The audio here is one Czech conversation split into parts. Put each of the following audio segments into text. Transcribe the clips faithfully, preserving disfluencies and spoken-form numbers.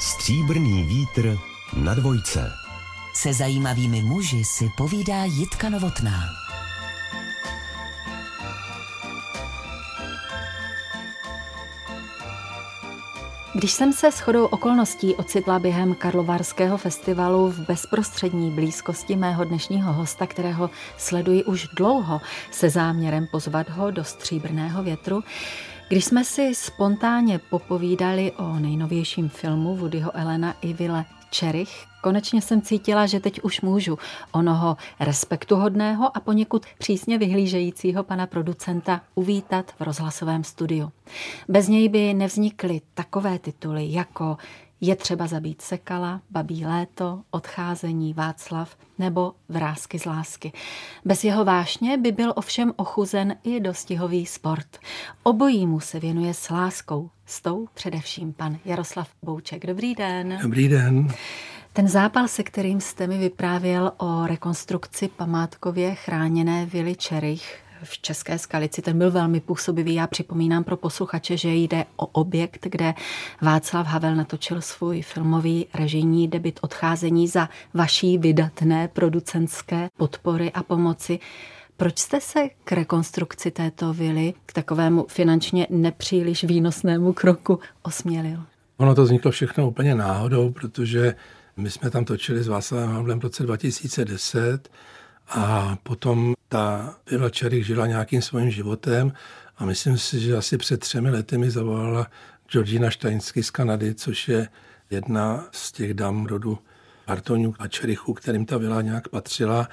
Stříbrný vítr na dvojce. Se zajímavými muži si povídá Jitka Novotná. Když jsem se shodou okolností ocitla během Karlovarského festivalu v bezprostřední blízkosti mého dnešního hosta, kterého sleduji už dlouho se záměrem pozvat ho do Stříbrného větru, když jsme si spontánně popovídali o nejnovějším filmu Woodyho Allena i Ville Čerich, konečně jsem cítila, že teď už můžu onoho respektuhodného a poněkud přísně vyhlížejícího pana producenta uvítat v rozhlasovém studiu. Bez něj by nevznikly takové tituly jako Je třeba zabít Sekala, Babí léto, Odcházení, Václav nebo Vrásky z lásky. Bez jeho vášně by byl ovšem ochuzen i dostihový sport. Obojímu se věnuje s láskou, s tou především pan Jaroslav Bouček. Dobrý den. Dobrý den. Ten zápal, se kterým jste mi vyprávěl o rekonstrukci památkově chráněné vily Čerich v České Skalici, ten byl velmi působivý. Já připomínám pro posluchače, že jde o objekt, kde Václav Havel natočil svůj filmový režijní debut Odcházení za vaší vydatné producentské podpory a pomoci. Proč jste se k rekonstrukci této vily, k takovému finančně nepříliš výnosnému kroku osmělil? Ono to vzniklo všechno úplně náhodou, protože my jsme tam točili s Václavem Havlem v roce dva tisíce deset a potom ta Vila Čerich žila nějakým svým životem a myslím si, že asi před třemi lety mi zavolala Georgina Steinsky z Kanady, což je jedna z těch dam rodu Hartoňů a Čerichů, kterým ta vila nějak patřila.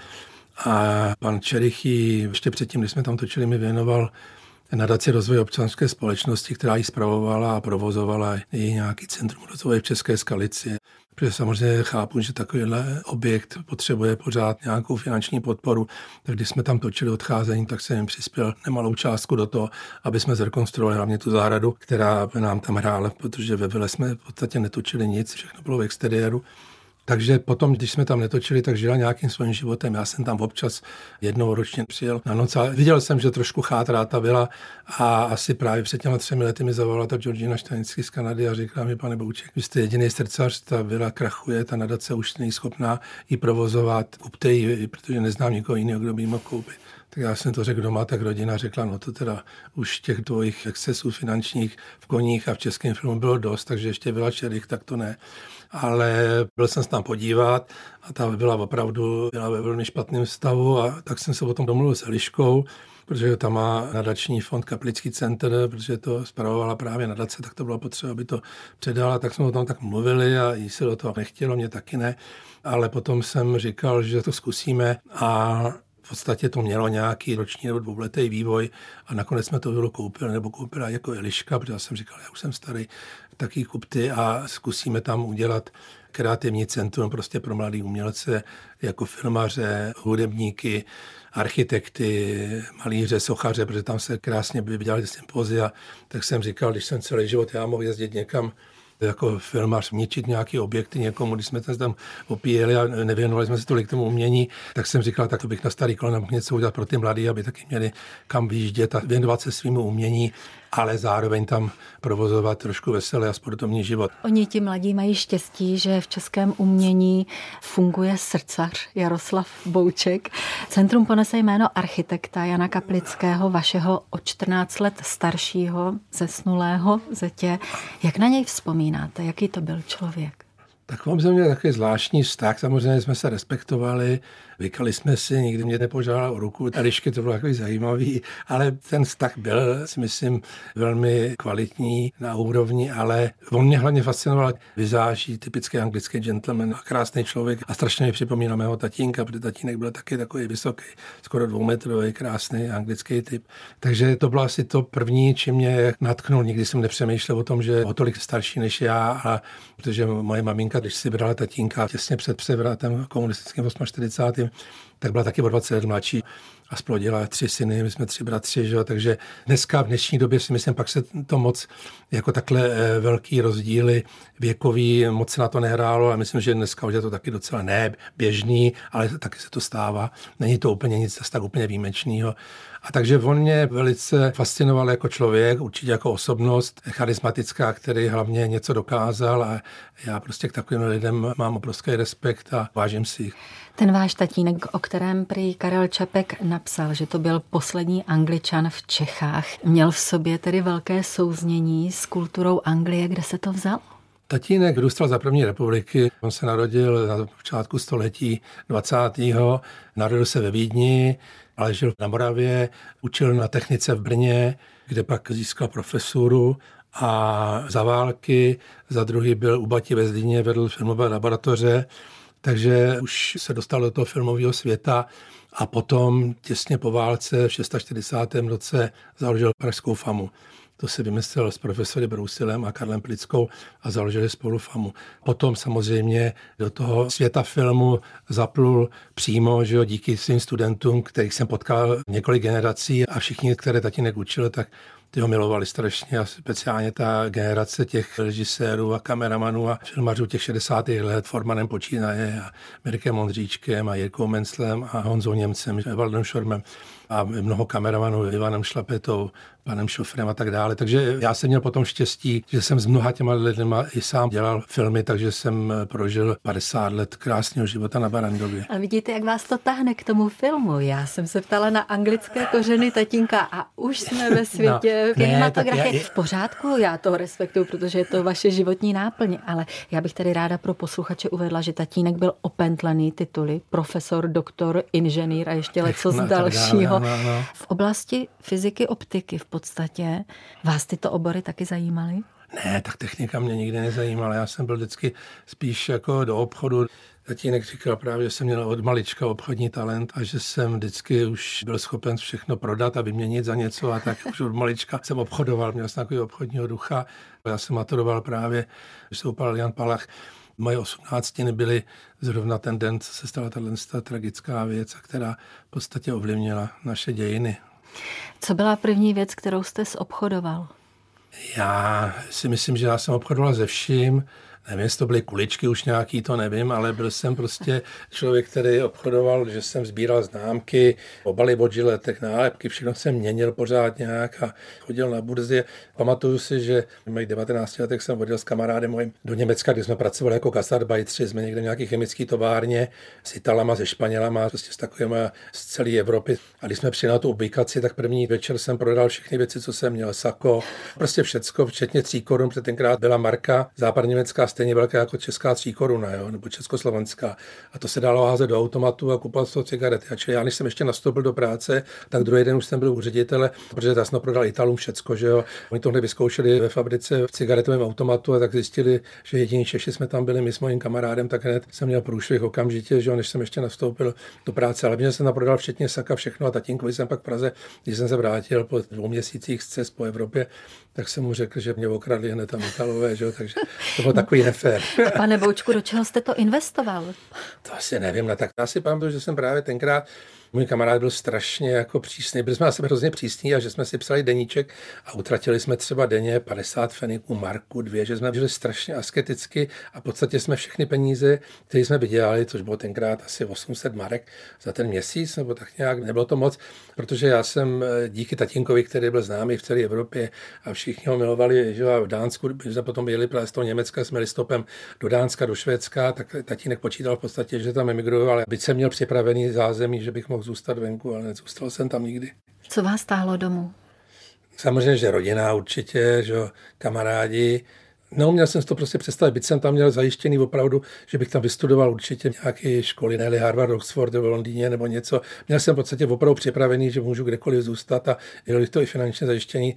A pan Čerich ji ještě předtím, když jsme tam točili, mi věnoval nadaci rozvoje občanské společnosti, která ji spravovala a provozovala i nějaký centrum rozvoje v České Skalici. Protože samozřejmě chápu, že takovýhle objekt potřebuje pořád nějakou finanční podporu. Tak když jsme tam točili Odcházení, tak jsem jim přispěl nemalou částku do toho, aby jsme zrekonstruovali hlavně tu zahradu, která nám tam hrála, protože ve vile jsme v podstatě netočili nic, všechno bylo v exteriéru. Takže potom, když jsme tam netočili, tak žila nějakým svým životem. Já jsem tam občas jednou ročně přijel na noc a viděl jsem, že trošku chátrá ta vila a asi právě před těmi třemi lety mi zavolala ta Georgina Steinsky z Kanady a říkala mi, pane Bouček, vy jste jediný srdcař, ta vila krachuje, ta nadace už není schopná ji provozovat, kupte ji, protože neznám nikoho jiného, kdo by ji mohl koupit. Tak já jsem to řekl doma, tak rodina řekla, no to teda už těch dvojích excesů finančních v Koních a v českém filmu bylo dost, takže ještě Vila Čerich, tak to ne. Ale byl jsem se tam podívat a ta byla opravdu byla ve velmi špatném stavu a tak jsem se o tom domluvil s Eliškou, protože tam má nadační fond Kaplický centr, protože to spravovala právě nadace, tak to bylo potřeba, aby to předala, tak jsme o tom tak mluvili a jí se do toho nechtělo, mě taky ne, ale potom jsem říkal, že to zkusíme a v podstatě to mělo nějaký roční nebo dvouletý vývoj a nakonec jsme to bylo koupili nebo koupila jako Eliška, protože já jsem říkal, já už jsem starý, taky kupty a zkusíme tam udělat kreativní centrum prostě pro mladý umělce, jako filmaře, hudebníky, architekty, malíře, sochaře, protože tam se krásně by vydělali sympozia, tak jsem říkal, když jsem celý život já mohl jezdit někam jako filmař ničit nějaký objekty někomu, když jsme tam opíjeli a nevěnovali jsme se tolik tomu umění, tak jsem říkal, tak to bych na starý kolena mohl něco udělat pro ty mladý, aby taky měli kam vyjíždět a věnovat se svýmu umění, ale zároveň tam provozovat trošku veselý a sportovní život. Oni ti mladí mají štěstí, že v českém umění funguje srdcař Jaroslav Bouček. Centrum ponese jméno architekta Jana Kaplického, vašeho o čtrnáct let staršího, zesnulého zetě. Jak na něj vzpomínáte? Jaký to byl člověk? Tak mám ze mě takový zvláštní vztah, samozřejmě jsme se respektovali, vykali jsme si, nikdy mě nepožádal o ruku, Elišky to bylo takový zajímavý, ale ten vztah byl, si myslím, velmi kvalitní na úrovni, ale on mě hlavně fascinoval vizáží, typický anglický gentleman, krásný člověk a strašně mi připomínal mého tatínka, protože tatínek byl taky takový vysoký, skoro dvoumetrový, krásný anglický typ. Takže to bylo asi to první, čím mě natknul. Nikdy jsem nepřemýšlel o tom, že o tolik starší než já, a protože moje maminka, když si brala tatínka těsně před převratem komunistickým čtyřicátým osmým, tak byla taky o dvacet let mladší a splodila tři syny, my jsme tři bratři, že jo? Takže dneska v dnešní době si myslím, pak se to moc jako takhle velký rozdíly věkový, moc se na to nehrálo a myslím, že dneska už je to taky docela ne běžný, ale taky se to stává. Není to úplně nic tak úplně výjimečného. A takže on mě velice fascinoval jako člověk, určitě jako osobnost, charismatická, který hlavně něco dokázal a já prostě k takovým lidem mám obrovský respekt a vážím si jich. Ten váš tatínek, o kterém prý Karel Čapek napsal, že to byl poslední Angličan v Čechách, měl v sobě tedy velké souznění s kulturou Anglie, kde se to vzalo? Tatínek vyrůstal za první republiky, on se narodil na počátku století dvacátého Narodil se ve Vídni, ale žil na Moravě, učil na technice v Brně, kde pak získal profesuru a za války, za druhý byl u Bati ve Zlíně, vedl filmové laboratoře, takže už se dostal do toho filmového světa a potom těsně po válce v čtyřicátém šestém roce založil Pražskou famu. To si vymyslel s profesory Brousilem a Karlem Plickou a založili spolu famu. Potom samozřejmě do toho světa filmu zaplul přímo, že jo, díky svým studentům, kterých jsem potkal několik generací a všichni, které tatínek učil, tak ty ho milovali strašně a speciálně ta generace těch režisérů a kameramanů a filmařů těch šedesátých let, Formanem počínaje a Mirkem Ondříčkem a Jirkou Menclem a Honzou Němcem, Evaldem Šormem a mnoho kameramanů, Ivanem Šlapetou, panem Šofrem a tak dále. Takže já jsem měl potom štěstí, že jsem s mnoha těma lidma i sám dělal filmy, takže jsem prožil padesát let krásného života na Barrandově. Ale vidíte, jak vás to táhne k tomu filmu. Já jsem se ptala na anglické kořeny tatínka a už jsme ve světě no, kinematografie. V pořádku, já to respektuju, protože je to vaše životní náplň, ale já bych tady ráda pro posluchače uvedla, že tatínek byl opentlený tituly, profesor, doktor, inženýr a ještě leco z no, dalšího. No, no. V oblasti fyziky, optiky v podstatě vás tyto obory taky zajímaly? Ne, tak technika mě nikdy nezajímala. Já jsem byl vždycky spíš jako do obchodu. Tatínek říkal právě, že jsem měl od malička obchodní talent a že jsem vždycky už byl schopen všechno prodat a vyměnit za něco a tak už od malička jsem obchodoval, měl jsem takový obchodního ducha. Já jsem maturoval právě, když se upal Jan Palach. Moje osmnáctiny byly zrovna ten den, co se stala tato tragická věc, která v podstatě ovlivnila naše dějiny. Co byla první věc, kterou jste zobchodoval? Já si myslím, že já jsem obchodoval se vším. Nevím, jestli to byly kuličky už nějaký, to nevím, ale byl jsem prostě člověk, který obchodoval, že jsem sbíral známky, obaly od žiletek, nálepky, všechno jsem měnil pořád nějak a chodil na burzy. Pamatuju si, že v mých devatenácti letech jsem odjel s kamarádem mojím do Německa, kde jsme pracovali jako gastarbajtři, jsme někde v nějaké chemické továrně s Italama, se Španělama, prostě s takovými z celé Evropy. A když jsme přijeli na tu ubikaci, tak první večer jsem prodal všechny věci, co jsem měl, sako, prostě všecko, včetně tří korun, protože tenkrát byla marka západněmecká stejně velká jako česká tří koruna, jo, nebo československá. A to se dalo házet do automatu a kupovat z toho cigarety. A čili já, když jsem ještě nastoupil do práce, tak druhý den už jsem byl u ředitele, protože já jsem prodal Italům všecko, že jo. Oni tohle vyzkoušeli ve fabrice v cigaretovém automatu a tak zjistili, že jediní Češi jsme tam byli, my s mojím kamarádem, tak hned jsem měl průšvih okamžitě, že jo, než jsem ještě nastoupil do práce. Ale mě jsem naprodal včetně saka všechno a tatínkovi jsem pak v Praze, když jsem se vrátil po dvou měsících z cest po Evropě, tak jsem mu řekl, že mě okradli hned tam Italové, že jo, takže to bylo takový nefér. Pane Boučku, do čeho jste to investoval? To asi nevím, no tak já si pamatuju, že jsem právě tenkrát, můj kamarád byl strašně jako přísný, byli jsme na sebe hrozně přísní a že jsme si psali deníček a utratili jsme třeba denně padesát feniků, marku, dvě, že jsme žili strašně asketicky a v podstatě jsme všechny peníze, které jsme vydělali, což bylo tenkrát asi osm set marek za ten měsíc, nebo tak nějak, nebylo to moc, protože já jsem díky tatínkovi, který byl známý v celé Evropě a všichni ho milovali, že v Dánsku, když jsme potom jeli z toho Německa, jsme listopem do Dánska, do Švédska, tak tatínek počítal v podstatě, že tam emigrujoval, byť jsem měl připravený zázemí, že bych mohl zůstat venku, ale nezůstal jsem tam nikdy. Co vás táhlo domů? Samozřejmě, že rodina určitě, že kamarádi. No, měl jsem si to prostě představit, byť jsem tam měl zajištěný opravdu, že bych tam vystudoval určitě nějaké školy, ne Harvard, Oxford v Londýně nebo něco. Měl jsem v podstatě opravdu připravený, že můžu kdekoliv zůstat a bylo to i finančně zajištěný.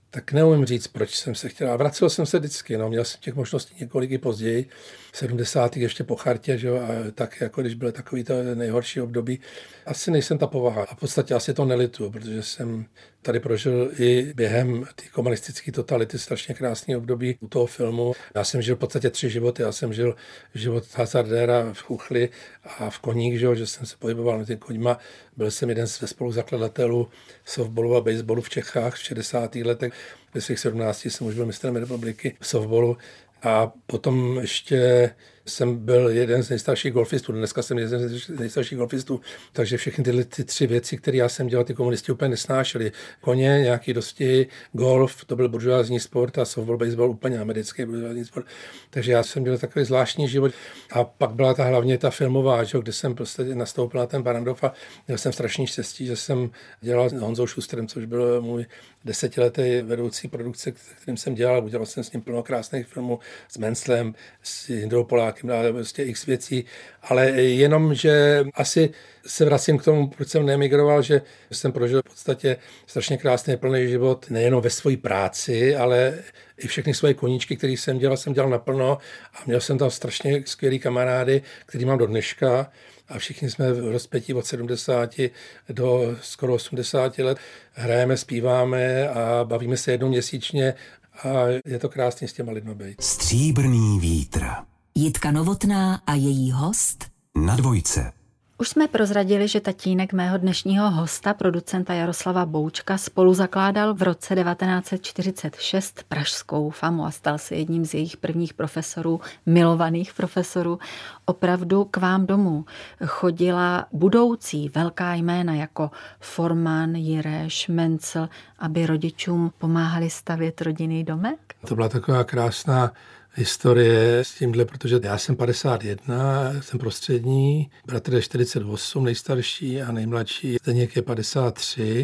Tak neumím říct, proč jsem se chtěl. A vracel jsem se vždycky, no, měl jsem těch možností několik i později, v sedmdesátých ještě po chartě, že jo, a tak jako když bylo takový to nejhorší období. Asi nejsem ta povaha a v podstatě asi to nelituju, protože jsem tady prožil i během té komunistické totality strašně krásný období u toho filmu. Já jsem žil v podstatě tři životy. Já jsem žil život hazardéra v Chuchli a v Koních, že, jo, že jsem se pohyboval na těmi koňma. Byl jsem jeden ze spoluzakladatelů softballu a baseballu v Čechách v šedesátých letech. Ve svých sedmnácti jsem už byl mistrem republiky v softballu. A potom ještě jsem byl jeden z nejstarších golfistů, dneska jsem jeden z nejstarších golfistů, takže všechny tyhle ty tři věci, které já jsem dělal, ty komunisti úplně nesnášeli. Koně, nějaký dostihy, golf, to byl buržoázní sport a softball, baseball úplně americký buržoázní sport. Takže já jsem dělal takový zvláštní život. A pak byla ta hlavně ta filmová, že, kde jsem prostě nastoupil na ten Barrandov a měl jsem strašný štěstí, že jsem dělal s Honzou Šustrem, což byl můj desetiletý vedoucí produkce, kterým jsem dělal. Udělal jsem s ním plno krásných filmů, s Menclem, s Jindrou Polákem, ale prostě x věcí, ale jenom, že asi se vracím k tomu, proč jsem neemigroval, že jsem prožil v podstatě strašně krásný plný život, nejenom ve své práci, ale i všechny svoje koníčky, které jsem dělal, jsem dělal naplno a měl jsem tam strašně skvělý kamarády, který mám do dneška a všichni jsme v rozpětí od sedmdesáti do skoro osmdesáti let. Hrajeme, zpíváme a bavíme se jednou měsíčně a je to krásně s těma lidmi být. Stříbrný vítr. Jitka Novotná a její host Na dvojce. Už jsme prozradili, že tatínek mého dnešního hosta, producenta Jaroslava Boučka, spolu zakládal v roce devatenáct set čtyřicet šest pražskou FAMu a stal se jedním z jejich prvních profesorů, milovaných profesorů. Opravdu k vám domů chodila budoucí velká jména jako Forman, Jireš, Mencl, aby rodičům pomáhali stavět rodinný domek? To byla taková krásná historie s tímhle, protože já jsem padesát jedna, jsem prostřední, bratr je čtyřicet osm, nejstarší a nejmladší, Zdeněk je padesát tři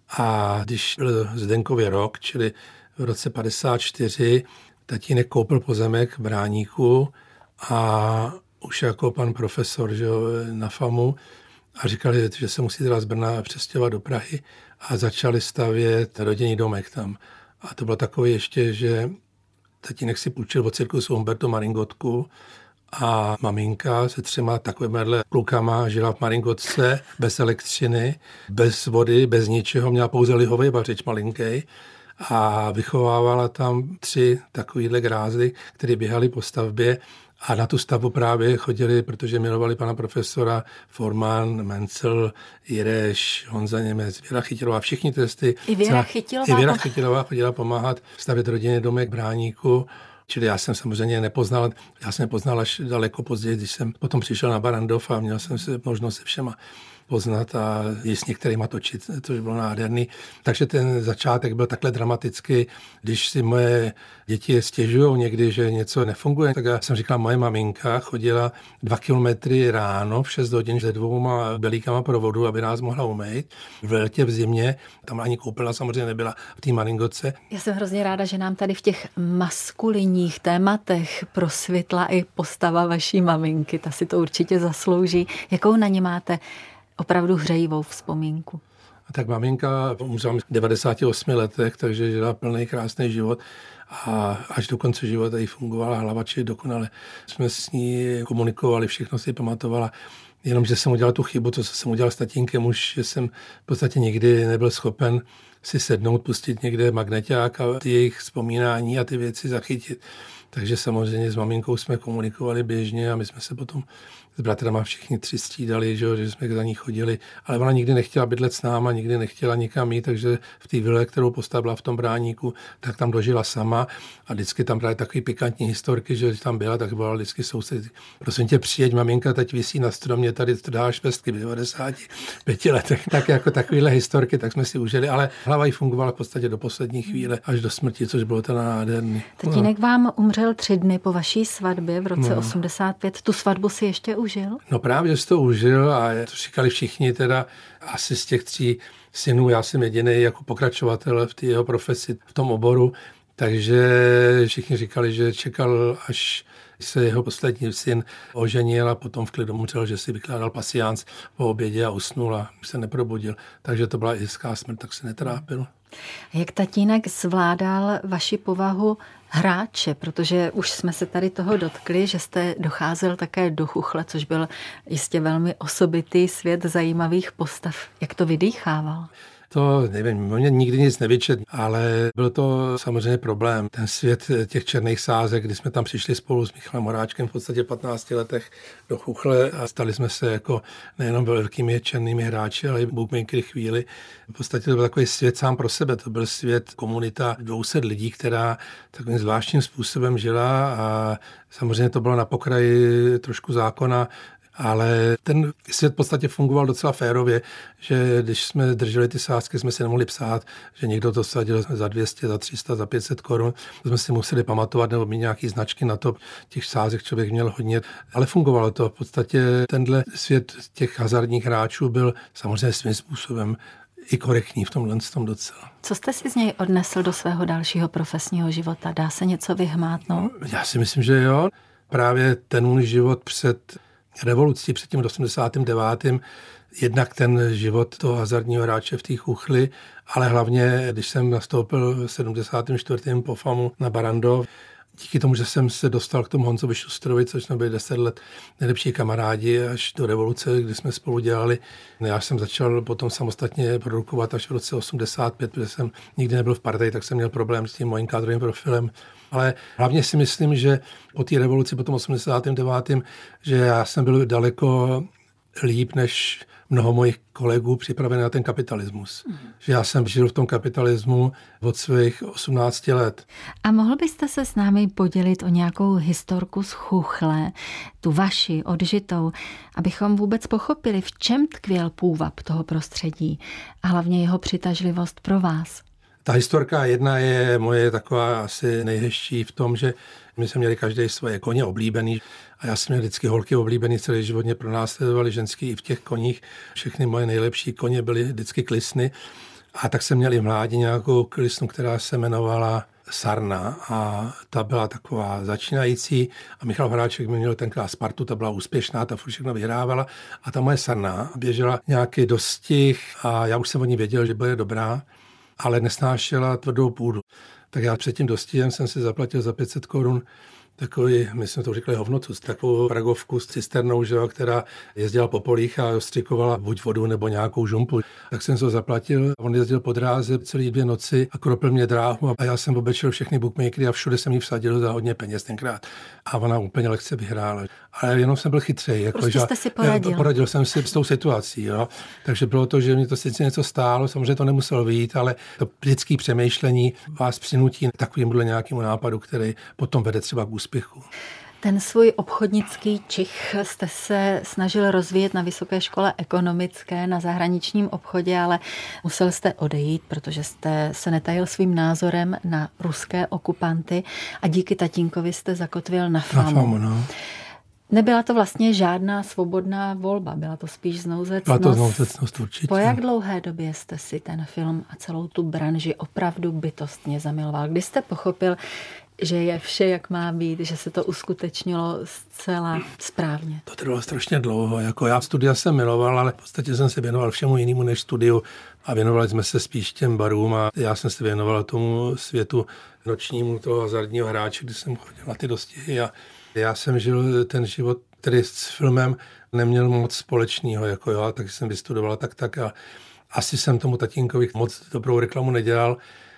a když byl Zdenkově rok, čili v roce padesát čtyři, tatínek koupil pozemek v Bráníku a už jako pan profesor, že jo, na FAMu a říkali, že se musí teda z Brna přestěhovat do Prahy a začali stavět rodinný domek tam. A to bylo takové ještě, že tatínek si půjčil od cirkusu Humberto Maringotku a maminka se třema takovýmhle klukama žila v Maringotce bez elektřiny, bez vody, bez ničeho, měla pouze lihový vařič malinký a vychovávala tam tři takovýhle grázdy, které běhali po stavbě a na tu stavbu právě chodili, protože milovali pana profesora Forman, Mencl, Jireš, Honza Němec, Věra Chytilová, všichni testy. I Věra Chytilová. I Věra Chytilová chodila pomáhat stavět rodinný domek v Bráníku. Čili já jsem samozřejmě nepoznal, já jsem nepoznal až daleko později, když jsem potom přišel na Barrandov a měl jsem se možnost se všema poznat a i s některýma točit, což bylo nádherný. Takže ten začátek byl takhle dramatický. Když si moje děti stěžujou někdy, že něco nefunguje, tak já jsem říkal, moje maminka chodila dva kilometry ráno v šest hodin se dvouma belíkama pro vodu, aby nás mohla umýt. V létě, v zimě, tam ani koupelna samozřejmě nebyla v té Maringotce. Já jsem hrozně ráda, že nám tady v těch maskulinních tématech prosvitla i postava vaší maminky. Ta si to určitě zaslouží. Jakou na ní máte opravdu hřejivou vzpomínku? A tak maminka umřela v devadesáti osmi letech, takže žila plný krásný život a až do konce života jí fungovala hlava, či dokonale. Jsme s ní komunikovali, všechno si pamatovala. Jenomže jsem udělal tu chybu, to, co jsem udělal s tatínkem, už že jsem v podstatě nikdy nebyl schopen si sednout, pustit někde magneťák a ty jejich vzpomínání a ty věci zachytit. Takže samozřejmě s maminkou jsme komunikovali běžně a my jsme se potom s bratrama všichni tři střídali, že, že jsme za ní chodili, ale ona nikdy nechtěla bydlet s náma, nikdy nechtěla nikam jít, takže v té vile, kterou postavila v tom Bráníku, tak tam dožila sama a vždycky tam právě takový pikantní historky, že když tam byla, tak byla vždycky soused. Prosím tě, přijeď, maminka teď visí na stromě, tady dáš pestky v devadesáti pěti letech. Tak jako takovéhle historky, tak jsme si užili, ale hlava jí fungovala v podstatě do poslední chvíle, až do smrti, což bylo to nádherný. Tatínek no. vám umřel tři dny po vaší svatbě v roce no. osmdesát pět. Tu svatbu si ještě užil? No právě, že jsi to užil a to říkali všichni teda asi z těch tří synů, já jsem jediný jako pokračovatel v té jeho profesi, v tom oboru, Takže všichni říkali, že čekal, až se jeho poslední syn oženil a potom v klidu umřel, že si vykládal pasiánc po obědě a usnul a se neprobudil. Takže to byla hezká smrt, tak se netrápil. Jak tatínek zvládal vaši povahu hráče, protože už jsme se tady toho dotkli, že jste docházel také do Chuchle, což byl jistě velmi osobitý svět zajímavých postav. Jak to vydýchával? To nevím, mě nikdy nic nevyčet, ale byl to samozřejmě problém. Ten svět těch černých sázek, kdy jsme tam přišli spolu s Michalem Horáčkem v podstatě v patnácti letech do Chuchle a stali jsme se jako nejenom velkými černými hráči, ale i bookmakery chvíli. V podstatě to byl takový svět sám pro sebe. To byl svět, komunita dvě stě lidí, která takovým zvláštním způsobem žila a samozřejmě to bylo na pokraji trošku zákona, ale ten svět v podstatě fungoval docela férově, že když jsme drželi ty sázky, jsme si nemohli psát, že někdo to sadil za dvě stě, za tři sta, za pět set korun. To jsme si museli pamatovat nebo mít nějaký značky na to. Těch sázek člověk měl hodně, ale fungovalo to. V podstatě tenhle svět těch hazardních hráčů byl samozřejmě svým způsobem i korektní v tomhle tom docela. Co jste si z něj odnesl do svého dalšího profesního života? Dá se něco vyhmátnout? Já si myslím, že jo. Právě ten můj život před revolucí, před tím osmdesátým devátým jednak ten život toho hazardního hráče v té Chuchli, ale hlavně, když jsem nastoupil v sedmdesátém čtvrtém po FAMu na Barrandov, díky tomu, že jsem se dostal k tomu Honzovi Šustrovi, což jsme byli deset let nejlepší kamarádi až do revoluce, kdy jsme spolu dělali. Já jsem začal potom samostatně produkovat až v roce osmdesát pět, protože jsem nikdy nebyl v partii, tak jsem měl problém s tím mojím kádrovým profilem. Ale hlavně si myslím, že po té revoluci, po tom osmdesátém devátém že já jsem byl daleko líp než mnoho mojich kolegů připravený na ten kapitalismus. Mm. Že já jsem žil v tom kapitalismu od svých osmnácti let. A mohl byste se s námi podělit o nějakou historku z Chuchle, tu vaši, odžitou, abychom vůbec pochopili, v čem tkvěl půvab toho prostředí a hlavně jeho přitažlivost pro vás? Ta historka jedna je moje taková asi nejhezčí v tom, že my jsme měli každý svoje koně oblíbený a já jsem měl vždycky holky oblíbený, celý život mě pronásledovali ženský i v těch koních. Všechny moje nejlepší koně byly vždycky klisny a tak jsem měl i v mládí nějakou klisnu, která se jmenovala Sarna a ta byla taková začínající a Michal Horáček měl tenkrát Spartu, ta byla úspěšná, ta furt všechno vyhrávala a ta moje Sarna běžela nějaký dostih a já už jsem o ní věděl, že bude dobrá, ale nesnášela tvrdou půdu. Tak já před tím dostihem jsem si zaplatil za pět set korun takový, my jsme to říkali hovnocus, takovou pragovku s cisternou, že jo, která jezdila po polích a ostřikovala buď vodu nebo nějakou žumpu. Tak jsem se to zaplatil, on jezdil po dráze celý dvě noci a kropil mě dráhu a já jsem obečil všechny bookmakery a všude jsem jí vsadil za hodně peněz tenkrát. A ona úplně lehce vyhrála. Ale jenom jsem byl chytrej. Jako, prostě jste si poradil. Poradil jsem si s tou situací. Jo. Takže bylo to, že mě to sice něco stálo, samozřejmě to nemuselo vyjít, ale to lidské přemýšlení vás přinutí k takovému nějakému nápadu, který potom vede třeba k úspěchu. Ten svůj obchodnický čich jste se snažil rozvíjet na Vysoké škole ekonomické, na zahraničním obchodě, ale musel jste odejít, protože jste se netajil svým názorem na ruské okupanty a díky tatínkovi jste zakotvil na FAMu. Na FAMu, no. Nebyla to vlastně žádná svobodná volba, byla to spíš znouzecnost. Byla to znouzecnost určitě. Po jak dlouhé době jste si ten film a celou tu branži opravdu bytostně zamiloval? Kdy jste pochopil, že je vše, jak má být, že se to uskutečnilo zcela správně? To trvalo strašně dlouho. Jako já studia jsem miloval, ale v podstatě jsem se věnoval všemu jinému než studiu a věnovali jsme se spíš těm barům a já jsem se věnoval tomu světu nočnímu toho hazardního hráče, kdy jsem chodil na ty dostihy a já jsem žil ten život, který s filmem neměl moc společného, jako jo, tak jsem vystudoval tak tak a asi jsem tomu tatínkovi moc dobrou reklamu nedělal.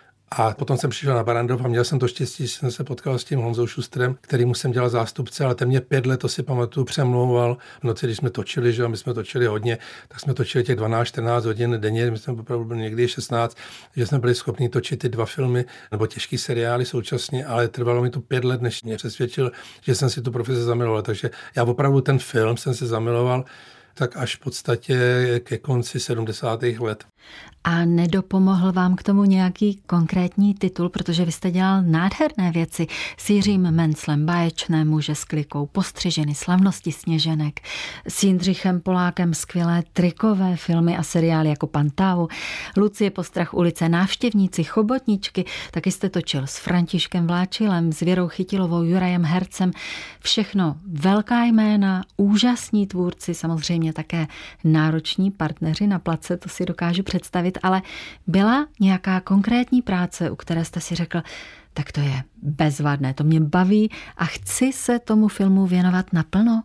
A potom jsem přišel na Barrandov a měl jsem to štěstí, že jsem se potkal s tím Honzou Šustrem, kterýmu jsem dělal zástupce, ale ten mě pět let, to si pamatuju, přemlouval. V noci, když jsme točili, že my jsme točili hodně, tak jsme točili těch dvanáct čtrnáct hodin denně, my jsme opravdu byli někdy šestnáct, že jsme byli schopni točit ty dva filmy nebo těžký seriály současně, ale trvalo mi to pět let, než mě přesvědčil, že jsem si tu profesi zamiloval. Takže já opravdu ten film jsem se zamiloval tak až v podstatě ke konci sedmdesátých let. A nedopomohl vám k tomu nějaký konkrétní titul, protože vy jste dělal nádherné věci s Jiřím Menclem, Báječné muže s klikou, Postřiženy, Slavnosti sněženek, s Jindřichem Polákem skvělé trikové filmy a seriály jako Pantau, Lucie Postrach ulice, Návštěvníci, Chobotničky, taky jste točil s Františkem Vláčilem, s Věrou Chytilovou, Jurajem Hercem. Všechno velká jména, úžasní tvůrci, samozřejmě také nároční partneři na place, to si dokážu představit, ale byla nějaká konkrétní práce, u které jste si řekl, tak to je bezvadné, to mě baví a chci se tomu filmu věnovat naplno?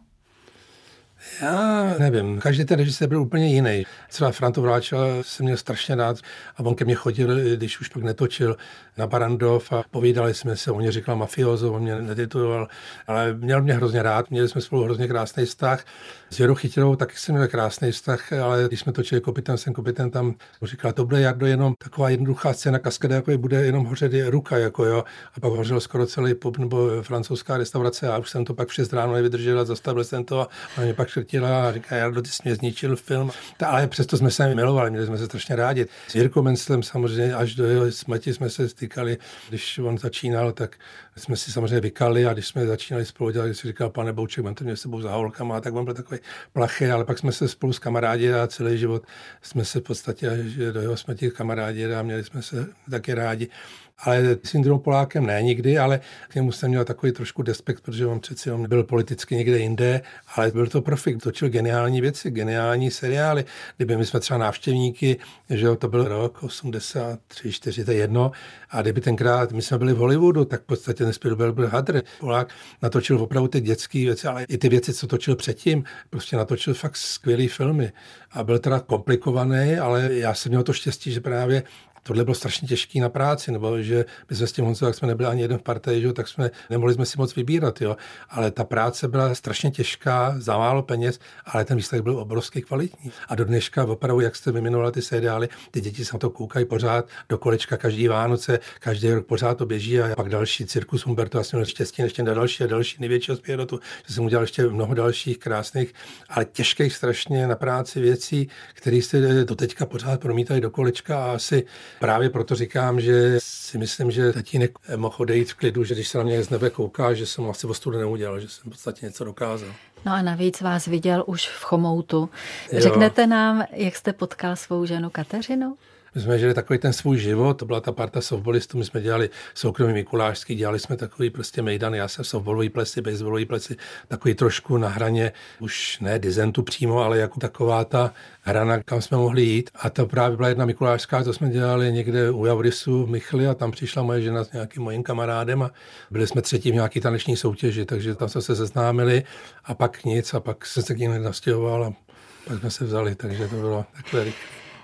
Já nevím, každý ten režisér byl úplně jiný. Třeba Frantu Vláčila jsem měl strašně rád a on ke mně chodil, když už pak netočil, na Barandov a povídali jsme se, on mě říkal mafiozo, on mě netituloval, ale měl mě hrozně rád, měli jsme spolu hrozně krásný vztah. S Věrou Chytilovou taky jsem měl krásný vztah, ale když jsme točili Kopitem, jsem Kopitem, tam říkal, to bude Jardo jenom taková jednoduchá scéna kaskada, jako bude jenom hořet ruka, jako jo, a pak hořel skoro celý pub nebo francouzská restaurace a už jsem to pak v šest ráno nevydržel a zastavil jsem to a ona mě pak šrtila a říká, Jardo, ty jsi mě zničil film. Ta, ale přesto jsme se milovali, měli jsme se strašně rádi. S Jirkou Menclem samozřejmě až do jeho smrti jsme se stykali. Když on začínal, tak jsme si samozřejmě vykali a když jsme začínali spolu dělat, když si říkal, pane Bouček, mám to měl s sebou za holkama, tak on byl takový plachý, ale pak jsme se spolu s kamarádi a celý život jsme se v podstatě až do jeho smrti kamarádi a měli jsme se taky rádi. Ale s Jindrou Polákem ne nikdy, ale k němu jsem měl takový trošku despekt, protože on přeci on byl politicky někde jinde, ale byl to profik, točil geniální věci, geniální seriály. Kdyby my jsme třeba Návštěvníky, že to byl rok osmdesát tři, čtyři, to je jedno, a kdyby tenkrát my jsme byli v Hollywoodu, tak v podstatě Spielberg byl hadr. Polák natočil opravdu ty dětské věci, ale i ty věci, co točil předtím, prostě natočil fakt skvělý filmy. A byl teda komplikovaný, ale já jsem měl to štěstí, že právě tohle bylo strašně těžký na práci, nebo že my jsme s tím Honzou, tak jsme nebyli ani jeden v partii, že, tak jsme nemohli jsme si moc vybírat. Jo. Ale ta práce byla strašně těžká, za málo peněz, ale ten výsledek byl obrovský kvalitní. A do dneška opravdu, jak jste vyjmenovala ty seriály, ty děti se na to koukají pořád do kolečka každý Vánoce, každý rok pořád to běží a pak další Cirkus Humberto, vlastně měl štěstí ještě na další a další největší zpěvotu, že jsem udělal ještě mnoho dalších krásných, ale těžkých strašně na práci věcí, které se doteďka pořád promítají do kolečka a asi právě proto říkám, že si myslím, že tatínek mohl odejít v klidu, že když se na mě z nebe kouká, že jsem asi ostudu neudělal, že jsem v podstatě něco dokázal. No a navíc vás viděl už v Chomoutu. Řeknete nám, jak jste potkal svou ženu Kateřinu? My jsme žili takový ten svůj život, to byla ta parta softballistů, my jsme dělali soukromý mikulášský, dělali jsme takový prostě mejdany, já jsem softballový plesy, baseballový plesy, takový trošku na hraně, už ne dizentu přímo, ale jako taková ta hrana, kam jsme mohli jít. A to právě byla jedna mikulášská, to jsme dělali někde u Javorisu v Michli a tam přišla moje žena s nějakým mojím kamarádem a byli jsme třetí v nějaký taneční soutěži, takže tam jsme se seznámili a pak nic a pak jsem se k ní nastěhoval a pak jsme se vzali, takže to bylo takové rychlé.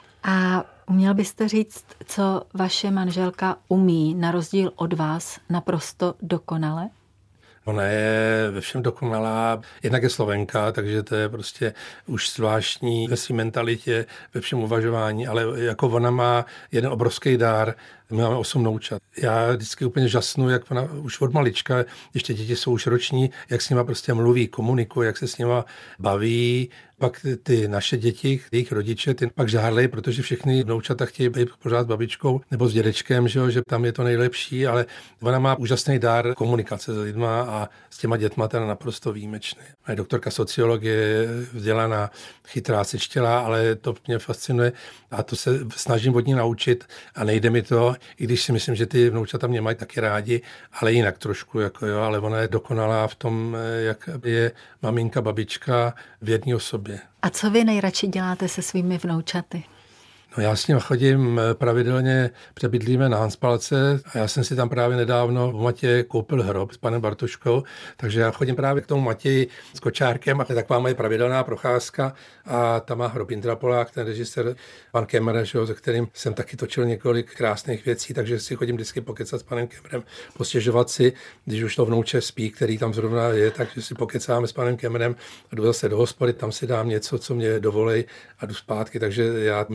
A uměl byste říct, co vaše manželka umí na rozdíl od vás naprosto dokonale? Ona je ve všem dokonalá, jednak je Slovenka, takže to je prostě už zvláštní ve své mentalitě, ve všem uvažování, ale jako ona má jeden obrovský dár, my máme osm noučat. Já vždycky úplně žasnu, jak ona už od malička, ještě děti jsou už roční, jak s nima prostě mluví, komunikuje, jak se s nima baví. Pak ty naše děti, jejich rodiče, ty pak žárlej, protože všechny vnoučata chtějí být pořád s babičkou nebo s dědečkem, že, jo, že tam je to nejlepší, ale ona má úžasný dár komunikace s lidma a s těma dětma teda naprosto výjimečný. Je doktorka sociologie, vzdělaná, chytrá, sečtělá, ale to mě fascinuje a to se snažím od ní naučit a nejde mi to, i když si myslím, že ty vnoučata mě mají taky rádi, ale jinak trošku, jako jo, ale ona je dokonalá v tom, jak je maminka, babička v jedné osobě. A co vy nejradši děláte se svými vnoučaty? No já s ním chodím pravidelně, přebydlíme na Hanspalce a já jsem si tam právě nedávno v Matěji koupil hrob s panem Bartoškou, takže já chodím právě k tomu Matěji s kočárkem a taková moje pravidelná procházka a tam má hrob Jindra Polák, ten režisér, pan Kemmer, že, se kterým jsem taky točil několik krásných věcí, takže si chodím vždycky pokecat s panem Kemmerem, postěžovat si, když už to vnouče spí, který tam zrovna je, takže si pokecáme s panem Kemmerem a jdu zase do hospody, tam si dám něco, co mě dovolej a jdu zpátky, takže já miluju to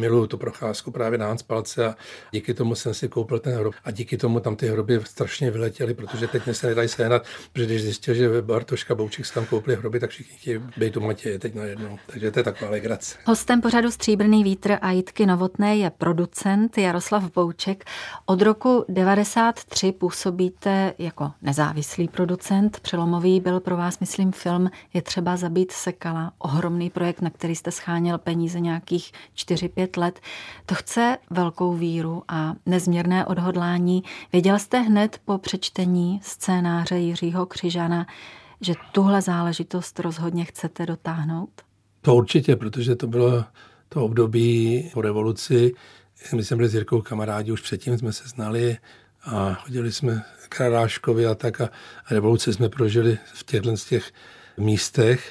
procházku právě na Hanspalce a díky tomu jsem si koupil ten hrob a díky tomu tam ty hroby strašně vyletěly, protože teď mě se nedají sehnat, protože když zjistil, že Bartoška Bouček si tam koupili hroby, tak všichni chtějí být u Matěje teď najednou. Takže to je taková legrace. Hostem pořadu Stříbrný vítr a Jitky Novotné je producent Jaroslav Bouček. Od roku devadesát tři působíte jako nezávislý producent. Přelomový byl pro vás, myslím, film Je třeba zabít Sekala. Ohromný projekt, na který jste scháněl peníze nějakých čtyři pět let. To chce velkou víru a nezměrné odhodlání. Věděl jste hned po přečtení scénáře Jiřího Křižana, že tuhle záležitost rozhodně chcete dotáhnout? To určitě, protože to bylo to období po revoluci. My jsme byli s Jirkou kamarádi, už předtím jsme se znali a chodili jsme k Radáškovi a tak a revoluci jsme prožili v těchto z těch místech.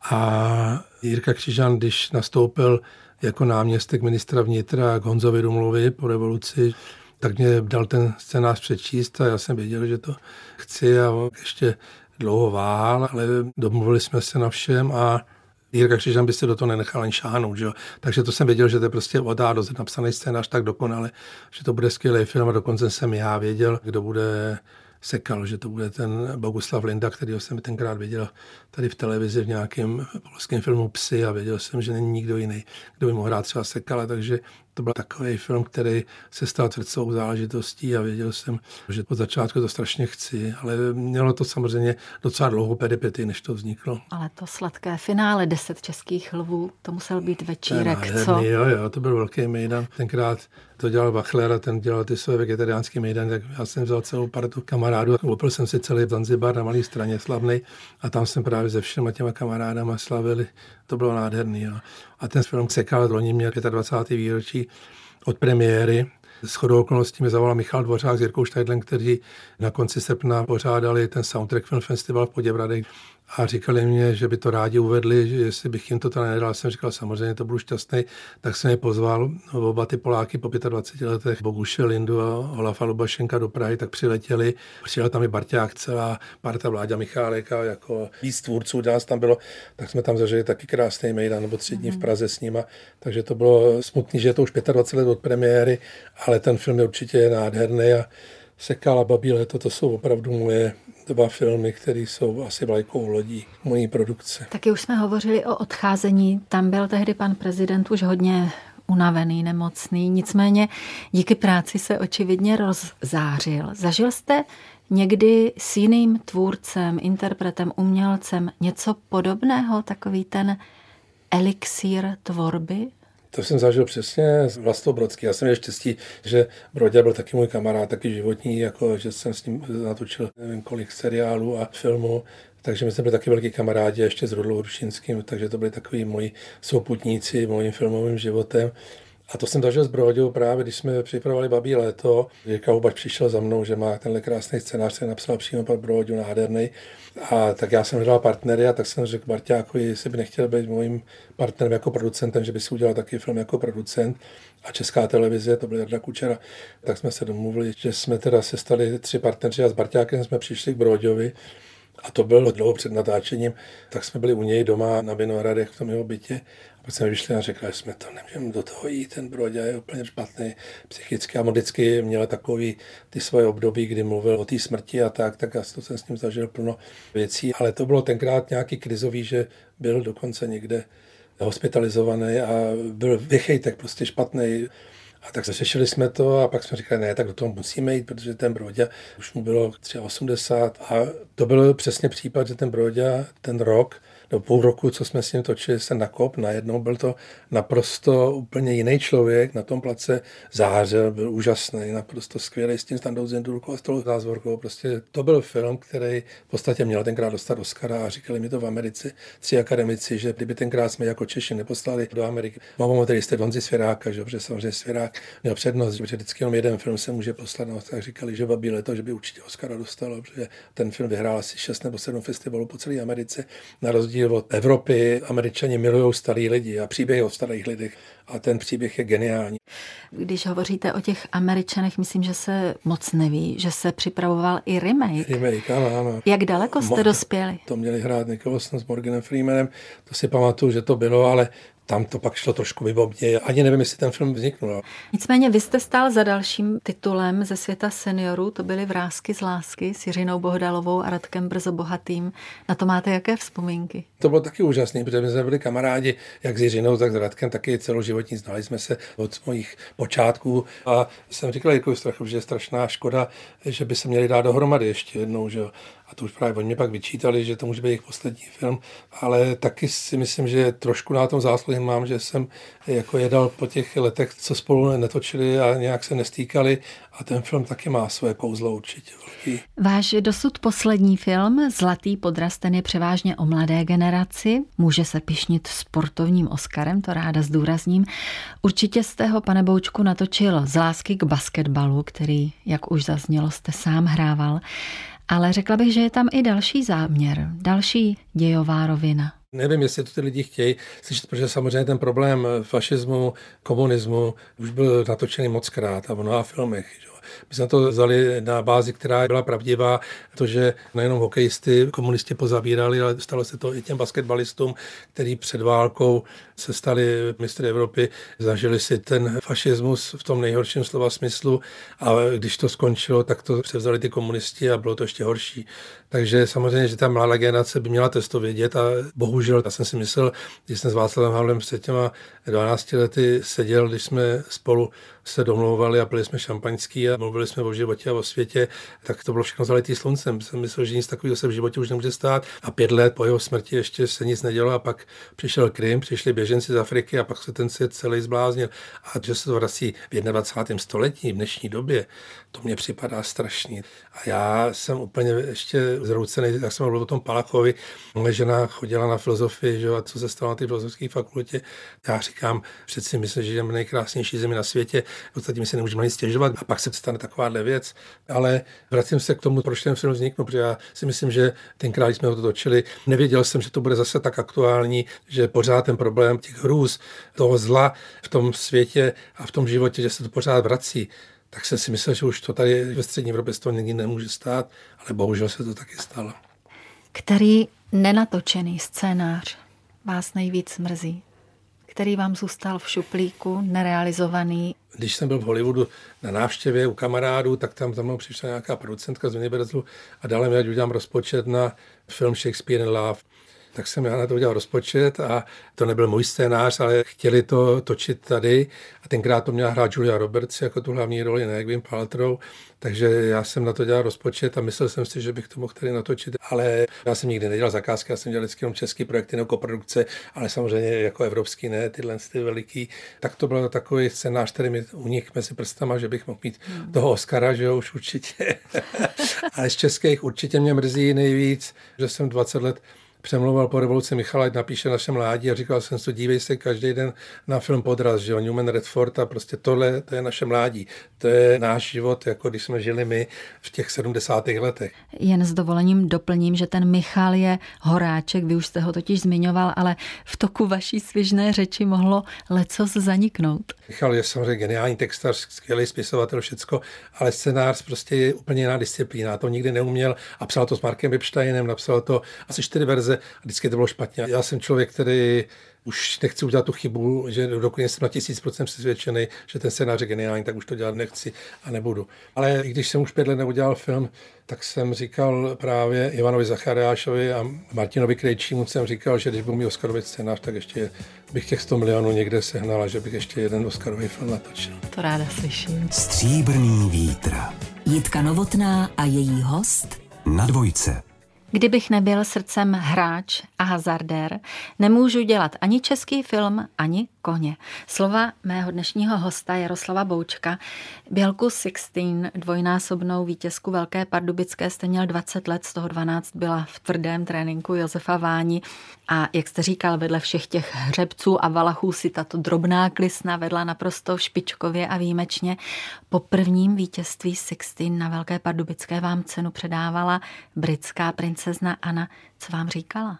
A Jirka Křižan, když nastoupil jako náměstek ministra vnitra k Honzovi Rumlovi po revoluci, tak mě dal ten scénář přečíst a já jsem věděl, že to chci a ještě dlouho váhal, ale domluvili jsme se na všem a Jirka Křižan by se do toho nenechal ani šáhnout. Že? Takže to jsem věděl, že to je prostě od A do Z napsaný scénář tak dokonale, že to bude skvělý film a dokonce jsem já věděl, kdo bude Sekal, že to bude ten Boguslav Linda, kterýho jsem tenkrát viděl tady v televizi v nějakém polském filmu Psy a věděl jsem, že není nikdo jiný, kdo by mohl hrát třeba Sekala, takže to byl takový film, který se stal srdcovou záležitostí a věděl jsem, že od začátku to strašně chci, ale mělo to samozřejmě docela dlouhou peripety, než to vzniklo. Ale to sladké finále deset českých lvů, to musel být večírek, nádherný, co? Jo, jo, to byl velký mejdan. Tenkrát to dělal Bachler a ten dělal ty své vegetariánský mejdan, tak já jsem vzal celou partu kamarádů a koupil jsem si celý Zanzibar na Malé Straně slavnej a tam jsem právě se všema těma kamarádama slavili. To bylo nádherný. Jo. A ten film Sekal loni měl dvacátého pátého výročí od premiéry. Shodou okolností mi zavolal Michal Dvořák s Jirkou Štajdlem, kteří na konci srpna pořádali ten Soundtrack Film Festival v Poděbradech a říkali mě, že by to rádi uvedli, že jestli bych jim to tady nedal. Jsem říkal, samozřejmě to budu šťastný, tak jsem je pozval. Oba ty Poláky po dvaceti pěti letech, Boguše Lindu a Olafa Lubašenka do Prahy, tak přiletěli. Přijel tam i Barťák, celá parta Vláďa Michálek a jako víc tvůrců nás tam bylo, tak jsme tam zažili taky krásný mejdan, nebo tři dní v Praze s nima. Takže to bylo smutný, že je to už dvacet pět let od premiéry, ale ten film je určitě nádherný a Sekal a Babí léto, to jsou opravdu moje dva filmy, které jsou asi vlajkou lodí mojí produkce. Taky už jsme hovořili o odcházení. Tam byl tehdy pan prezident už hodně unavený, nemocný. Nicméně díky práci se očividně rozzářil. Zažil jste někdy s jiným tvůrcem, interpretem, umělcem něco podobného? Takový ten elixír tvorby? To jsem zažil přesně s Vlastou Brodský. Já jsem měl štěstí, že Brodě byl taky můj kamarád, taky životní, jako že jsem s ním natočil nevím kolik seriálů a filmů. Takže my jsme byli taky velký kamarádi ještě s Rudlou Rušinským, takže to byli takový moji souputníci mojím filmovým životem. A to jsem zažil s Brodou právě, když jsme připravovali Babí léto. Jirka Hubač přišel za mnou, že má tenhle krásný scénář, který napsal přímo pro Brodu, nádherný. A tak já jsem hledal partnery a tak jsem řekl Barťákovi, jestli by nechtěl být mojím partnerem jako producentem, že by si udělal taky film jako producent. A Česká televize, to byl Jarda Kučera, tak jsme se domluvili, že jsme teda se stali tři partneři a s Barťákem jsme přišli k Broďovi. A to bylo dlouho před natáčením, tak jsme byli u něj doma na Vinohradech v tom jeho bytě. A pak jsme vyšli a řekli, že jsme to nemůžeme do toho jít, ten Brodě je úplně špatný psychicky. A on vždycky měl takový ty svoje období, kdy mluvil o té smrti a tak, tak já to jsem s ním zažil plno věcí. Ale to bylo tenkrát nějaký krizový, že byl dokonce někde hospitalizovaný a byl vychejtek, prostě špatný. A tak řešili jsme to a pak jsme říkali, ne, tak do toho musíme jít, protože ten Brodě už mu bylo osmdesát tři a to byl přesně případ, že ten Brodě ten rok, do půl roku, co jsme s ním točili, se nakop, najednou byl to naprosto úplně jiný člověk, na tom place zářil, byl úžasný, naprosto skvělý s tím Standou Zindulkou a s tou zázvorkou. Prostě to byl film, který v podstatě měl tenkrát dostat Oscara a říkali mi to v Americe tři akademici, že kdyby tenkrát jsme jako Češi neposlali do Ameriky. Mám tady jste Honzi Svěráka, že? Protože samozřejmě Svěrák měl přednost, že vždycky jenom jeden film se může poslat, no, tak říkali, že Babí léto, že by určitě Oscara dostalo, protože ten film vyhrál asi šest nebo sedm festivalů po celé Americe. Na rozdíl od Evropy, Američani milují starý lidi a příběhy o starých lidech a ten příběh je geniální. Když hovoříte o těch Američanech, myslím, že se moc neví, že se připravoval i remake. Remake, ano, ano. Jak daleko jste Mo- dospěli? To měli hrát Nicholson s Morganem Freemanem, to si pamatuju, že to bylo, ale tam to pak šlo trošku vybobně. Ani nevím, jestli ten film vzniknul. Nicméně vy jste stál za dalším titulem ze světa seniorů, to byly Vrásky z lásky s Jiřinou Bohdalovou a Radkem Brzo Bohatým. Na to máte jaké vzpomínky? To bylo taky úžasné, protože my jsme byli kamarádi, jak s Jiřinou, tak s Radkem, taky celoživotní, znali jsme se od mojich počátků a jsem říkal Jirkovi Strachovi, že je strašná škoda, že by se měli dát dohromady ještě jednou, že jo. A to už právě oni mě pak vyčítali, že to může být jejich poslední film, ale taky si myslím, že trošku na tom zásluhy mám, že jsem jako jedal po těch letech, co spolu netočili a nějak se nestýkali a ten film taky má své kouzlo určitě velký. Váš dosud poslední film, Zlatý podraz, ten je převážně o mladé generaci, může se pyšnit sportovním Oscarem, to ráda zdůrazním. Určitě jste ho, pane Boučku, natočil z lásky k basketbalu, který, jak už zaznělo, jste sám hrával. Ale řekla bych, že je tam i další záměr, další dějová rovina. Nevím, jestli to ty lidi chtějí slyšet, protože samozřejmě ten problém fašismu, komunismu už byl natočený mockrát a v mnoha filmech. Že? My jsme to vzali na bázi, která byla pravdivá, to, že nejenom hokejisty komunisti pozabírali, ale stalo se to i těm basketbalistům, kteří před válkou se stali mistry Evropy, zažili si ten fašismus v tom nejhorším slova smyslu a když to skončilo, tak to převzali ty komunisti a bylo to ještě horší. Takže samozřejmě, že ta mladá generace by měla to vědět a bohužel, já jsem si myslel, když jsem s Václavem Havlem před těma dvanácti lety seděl, když jsme spolu se domlouvali a pili jsme šampaňský a mluvili jsme o životě a o světě, tak to bylo všechno zalitý sluncem. Jsem myslel, že nic takového se v životě už nemůže stát a pět let po jeho smrti ještě se nic nedělo a pak přišel Krym, přišli běženci z Afriky a pak se ten svět celý zbláznil. A že se to vrací v dvacátém prvním století, v dnešní době, to mně připadá strašný. A já jsem úplně ještě zroucený, jak jsem mluvil o tom Palachovi, moje žena chodila na filozofii, že, a co se stalo na té filozofické fakultě. Já říkám, přeci myslím, že žijeme v nejkrásnější zemi na světě, ostatně my se nemůžeme nic stěžovat a pak se stane takováhle věc. Ale vracím se k tomu, proč ten film vzniknul, protože já si myslím, že tenkrát, když jsme ho to točili, nevěděl jsem, že to bude zase tak aktuální, že pořád ten problém těch hrůz, toho zla v tom světě a v tom životě, že se to pořád vrací. Tak jsem si myslel, že už to tady ve střední Evropě to nikdy nemůže stát, ale bohužel se to taky stalo. Který nenatočený scénář vás nejvíc mrzí? Který vám zůstal v šuplíku, nerealizovaný? Když jsem byl v Hollywoodu na návštěvě u kamarádů, tak tam za mnou přišla nějaká producentka z Universalu a dala mi, ať udělám rozpočet na film Shakespeare in Love. Tak jsem já na to udělal rozpočet a to nebyl můj scénář, ale chtěli to točit tady a tenkrát to měla hrát Julia Roberts jako tu hlavní roli, ne Gwyneth Paltrow, takže já jsem na to dělal rozpočet a myslel jsem si, že bych to mohl tady natočit, ale já jsem nikdy nedělal zakázky, já jsem dělal vždycky jenom český projekty nebo koprodukce, ale samozřejmě jako evropský ne, tyhle ty veliký. Tak to byl takový scénář, který mi unikl mezi prstama, že bych mohl mít hmm. toho Oscara, že jo, už určitě. Ale z českých určitě mě mrzí nejvíc, že jsem dvacet let přemlouval po revoluci Michala, ať napíše Naše mládí a říkal jsem si, dívej se každý den na film Podraz, že jo, Newman Redford a prostě tohle, to je naše mládí. To je náš život, jako když jsme žili my v těch sedmdesátých letech. Jen s dovolením doplním, že ten Michal je horáček, vy už jste ho totiž zmiňoval, ale v toku vaší svižné řeči mohlo lecos zaniknout. Michal je samozřejmě geniální textař, skvělý spisovatel, všecko, ale scénář prostě je úplně jiná disciplína. To nikdy neuměl a psal to s Markem Epsteinem, napsal to asi čtyři verze a vždycky to bylo špatně. Já jsem člověk, který už nechci udělat tu chybu, že dokud jsem na tisíc procent přesvědčený, že ten scénář je geniální, tak už to dělat nechci a nebudu. Ale i když jsem už pět let neudělal film, tak jsem říkal právě Ivanovi Zachariášovi a Martinovi Krejčímu, jsem říkal, že když budu mít Oscarový scénář, tak ještě bych těch sto milionů někde sehnal a že bych ještě jeden Oscarový film natočil. To ráda slyším. Stříbrný vítr. Jitka Novotná a její host Na dvojce. Kdybych nebyl srdcem hráč a hazardér, nemůžu dělat ani český film, ani koně. Slova mého dnešního hosta Jaroslava Boučka. Bělku šestnáct, dvojnásobnou vítězku Velké Pardubické, jste měl dvacet let, z toho dvanáct byla v tvrdém tréninku Josefa Váni. A jak jste říkal, vedle všech těch hřebců a valachů si tato drobná klisna vedla naprosto špičkově a výjimečně. Po prvním vítězství šestnáct na Velké Pardubické vám cenu předávala britská princezna Anna. Co vám říkala?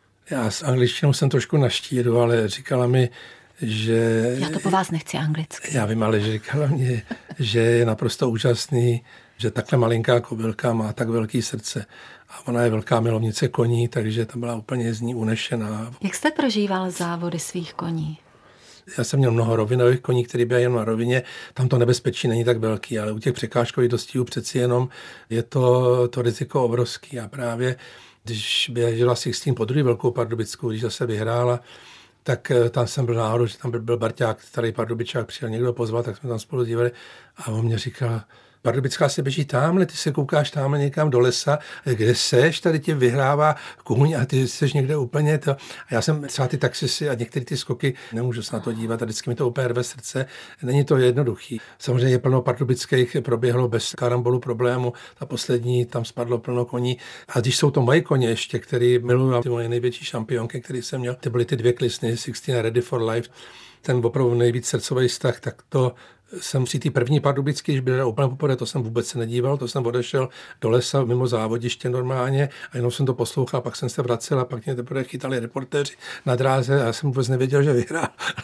Já s angličtinou jsem trošku na štíru, ale říkala mi, že... Já to po vás nechci anglicky. Já vím, ale že říkala mě, že je naprosto úžasný, že takhle malinká kobylka má tak velký srdce. A ona je velká milovnice koní, takže ta byla úplně z ní unešená. Jak jste prožíval závody svých koní? Já jsem měl mnoho rovinových koní, který byl jen na rovině, tam to nebezpečí není tak velký, ale u těch překážkových dostihů přeci jenom je to, to riziko obrovský. A právě když běžela Sixteen po druhý Velkou Pardubickou, když zase vyhrála, tak tam jsem byl náhodou, že tam byl Barťák, starý Pardubičák, přijel někdo pozvat, tak jsme tam spolu dívali a on mě říkal: Pardubická se běží tamhle, ty se koukáš tamhle někam do lesa, kde seš, tady tě vyhrává kůň a ty seš někde úplně to. A já jsem třeba ty taxisy a některé ty skoky, nemůžu se na to dívat a vždycky mi to úplně rve srdce. Není to jednoduchý. Samozřejmě je plno pardubických, proběhlo bez karambolu problému. Ta poslední, tam spadlo plno koní. A když jsou to moje koně ještě, který miluju, ty moje největší šampionky, který jsem měl, ty byly ty dvě klisny, Sixteen a Ready for Life, ten opravdu nejvíc srdcový vztah, tak to jsem při té první pardubický, když byl úplně poprvé, to jsem vůbec se nedíval, to jsem odešel do lesa mimo závodiště normálně a jenom jsem to poslouchal, pak jsem se vracel a pak mě teprve chytali reportéři na dráze a já jsem vůbec nevěděl, že vyhrál.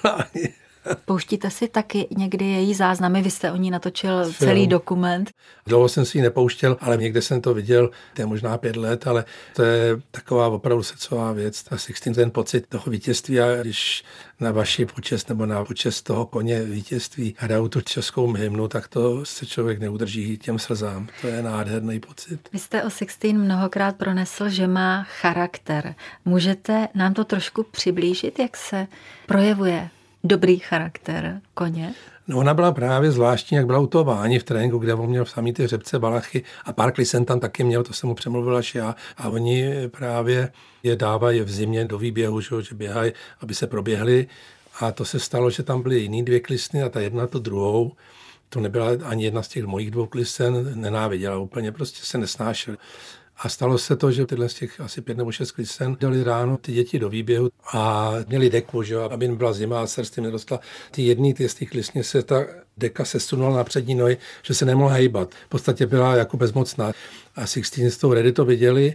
Pouštíte si taky někdy její záznamy? Vy jste o ní natočil Film. celý dokument. Dlouho jsem si ji nepouštěl, ale někde jsem to viděl, to je možná pět let, ale to je taková opravdu srdcová věc. Ta Sixteen, ten pocit toho vítězství, a když na vaši počest nebo na počest toho koně vítězství hrajou tu českou hymnu, tak to se člověk neudrží těm slzám. To je nádherný pocit. Vy jste o Sixteen mnohokrát pronesl, že má charakter. Můžete nám to trošku přiblížit, jak se projevuje dobrý charakter koně? No, ona byla právě zvláštní, jak byla u toho Váni v tréninku, kde on měl samý ty hřebce, balachy a pár klisen tam taky měl, to jsem mu přemluvil až já. A oni právě je dávají v zimě do výběhu, že, že běhají, aby se proběhli. A to se stalo, že tam byly jiný dvě klisny a ta jedna tu druhou. To nebyla ani jedna z těch mojich dvou klisen, nenáviděla úplně, prostě se nesnášeli. A stalo se to, že tyhle z těch asi pět nebo šest klisen dali ráno ty děti do výběhu a měli deku, že, aby nebyla zima a srst jim nedostala. Ty jedný ty z těch klisně se ta deka sesunula na přední nohy, že se nemohla hejbat. V podstatě byla jako bezmocná. A Sixteen s tou Ready to viděli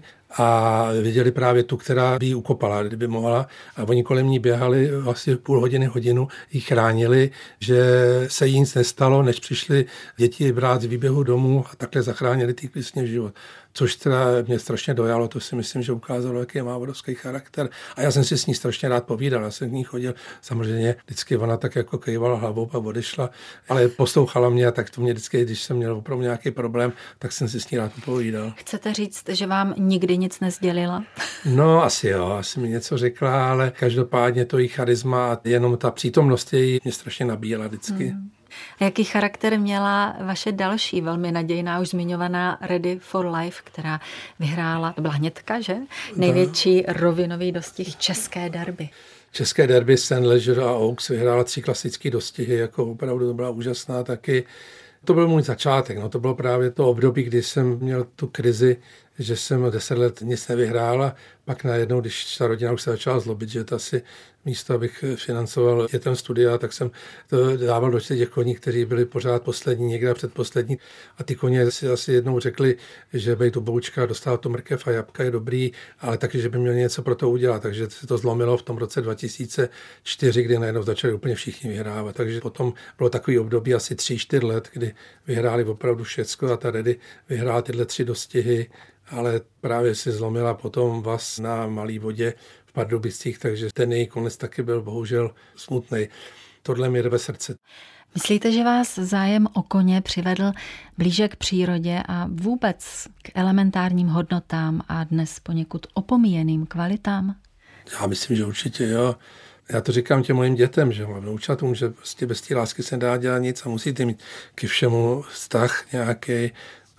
a viděli právě tu, která by ji ukopala, kdyby mohla. A oni kolem ní běhali asi půl hodiny, hodinu, ji chránili, že se jí nic nestalo, než přišli děti brát z výběhu domů a takhle zachránili ty klisně život. Což teda mě strašně dojalo, to si myslím, že ukázalo, jaký má obrovský charakter. A já jsem si s ní strašně rád povídal, já jsem k ní chodil. Samozřejmě vždycky ona tak jako kejvala hlavou a odešla, ale poslouchala mě a tak to mě vždycky, když jsem měl opravdu nějaký problém, tak jsem si s ní rád povídal. Chcete říct, že vám nikdy nic nesdělila? No asi jo, asi mi něco řekla, ale každopádně to jí charisma a jenom ta přítomnost její mě strašně nabíjela vždycky. Hmm. A jaký charakter měla vaše další velmi nadějná, už zmiňovaná Ready for Life, která vyhrála, to byla hnedka, že? Největší rovinový dostih české derby. České derby Saint Leger a Oaks vyhrála tři klasické dostihy, jako opravdu to byla úžasná taky. To byl můj začátek, no to bylo právě to období, kdy jsem měl tu krizi, že jsem deset let nic nevyhrál, pak najednou, když ta rodina už se začala zlobit, že to asi místo, abych financoval dětem studia, tak jsem to dával do těch koní, kteří byli pořád poslední, někde předposlední. A ty koně si asi jednou řekli, že bej tu boučka, dostal to mrkev a jabka je dobrý, ale taky, že by měl něco pro to udělat. Takže se to zlomilo v tom roce dva tisíce čtyři, kdy najednou začali úplně všichni vyhrávat. Takže potom bylo takový období asi tři, čtyři let, kdy vyhráli opravdu všecko a ta Ready vyhrála tyhle tři dostihy, ale právě si zlomila potom vás na Malý Vodě v Pardubicích, takže ten její konec taky byl bohužel smutný. Tohle mi rve srdce. Myslíte, že vás zájem o koně přivedl blíže k přírodě a vůbec k elementárním hodnotám a dnes poněkud opomíjeným kvalitám? Já myslím, že určitě jo. Já to říkám těm mojim dětem, že mám vnoučatům, že prostě bez té lásky se nedá dělat nic a musíte mít ke všemu vztah nějaký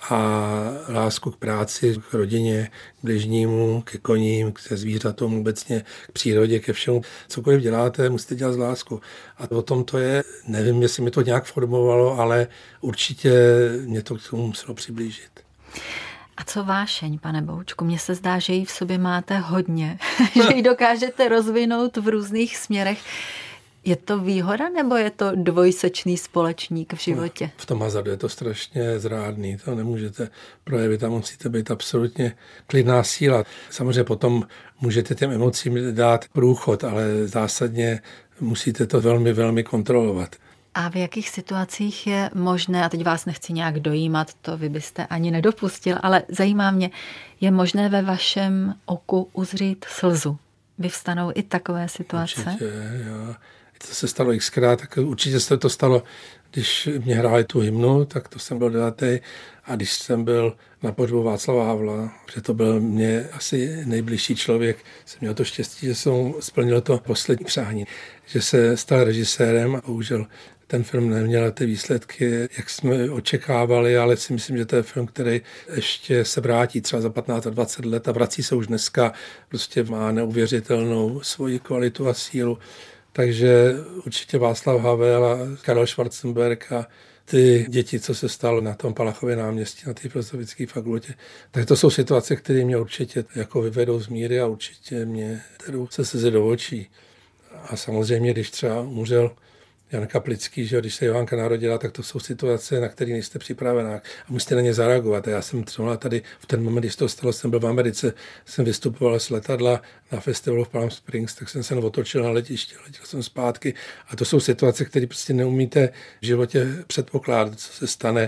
a lásku k práci, k rodině, k bližnímu, ke koním, k zvířatům, obecně k přírodě, ke všemu. Cokoliv děláte, musíte dělat z lásku. A o tom to je, nevím, jestli mi to nějak formovalo, ale určitě mě to k tomu muselo přiblížit. A co vášeň, pane Boučku? Mně se zdá, že ji v sobě máte hodně, že ji dokážete rozvinout v různých směrech. Je to výhoda, nebo je to dvojsečný společník v životě? V tom hazardu je to strašně zrádný, to nemůžete projevit, tam musíte být absolutně klidná síla. Samozřejmě potom můžete těm emocím dát průchod, ale zásadně musíte to velmi, velmi kontrolovat. A v jakých situacích je možné, a teď vás nechci nějak dojímat, to vy byste ani nedopustil, ale zajímá mě, je možné ve vašem oku uzřít slzu? Vyvstanou i takové situace? Určitě, jo. To se stalo xkrát, tak určitě se to stalo, když mě hráli tu hymnu, tak to jsem byl devatý, a když jsem byl na pohřbu Václava Havla, že to byl mě asi nejbližší člověk, jsem měl to štěstí, že jsem splnil to poslední přání, že se stal režisérem a bohužel ten film neměl ty výsledky, jak jsme očekávali, ale si myslím, že to je film, který ještě se vrátí třeba za patnáct a dvacet let a vrací se už dneska, prostě má neuvěřitelnou svoji kvalitu a sílu. Takže určitě Václav Havel a Karel Schwarzenberg a ty děti, co se stalo na tom Palachově náměstí, na té filozofické fakultě, tak to jsou situace, které mě určitě jako vyvedou z míry a určitě mě jdou se slzy do očí. A samozřejmě, když třeba umřel Jan Kaplický, že když se Johanka narodila, tak to jsou situace, na které nejste připravená a musíte na ně zareagovat. A já jsem třeba tady v ten moment, když to stalo, jsem byl v Americe, jsem vystupoval z letadla na festivalu v Palm Springs, tak jsem se otočil na letiště, letěl jsem zpátky a to jsou situace, které prostě neumíte v životě předpokládat, co se stane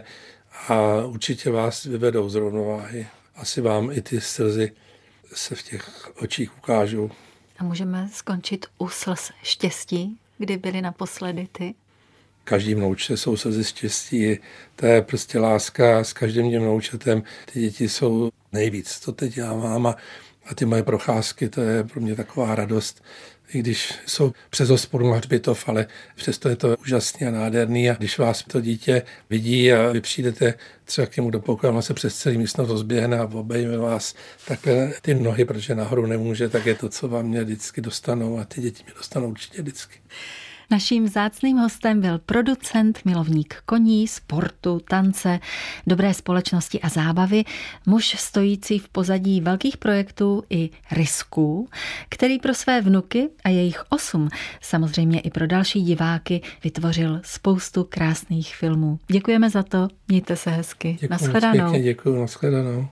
a určitě vás vyvedou z rovnováhy. Asi vám i ty slzy se v těch očích ukážou. A můžeme skončit u slz štěstí, kdy byly naposledy ty? Každý vnouče jsou slzy štěstí, to je prostě láska s každým tím vnoučetem. Ty děti jsou nejvíc, to teď já mám a, a ty moje procházky, to je pro mě taková radost. I když jsou přes hospodu na hřbitov, ale přesto je to úžasný a nádherný a když vás to dítě vidí a vy přijdete třeba k němu do pokoje, on se přes celý místnost rozběhne a obejme vás takhle ty nohy, protože nahoru nemůže, tak je to, co vám mě vždycky dostanou a ty děti mě dostanou určitě vždycky. Naším vzácným hostem byl producent, milovník koní, sportu, tance, dobré společnosti a zábavy, muž stojící v pozadí velkých projektů i risků, který pro své vnuky a jejich osm, samozřejmě i pro další diváky, vytvořil spoustu krásných filmů. Děkujeme za to, mějte se hezky. Děkuji, Nashledanou. Děkuji, nashledanou.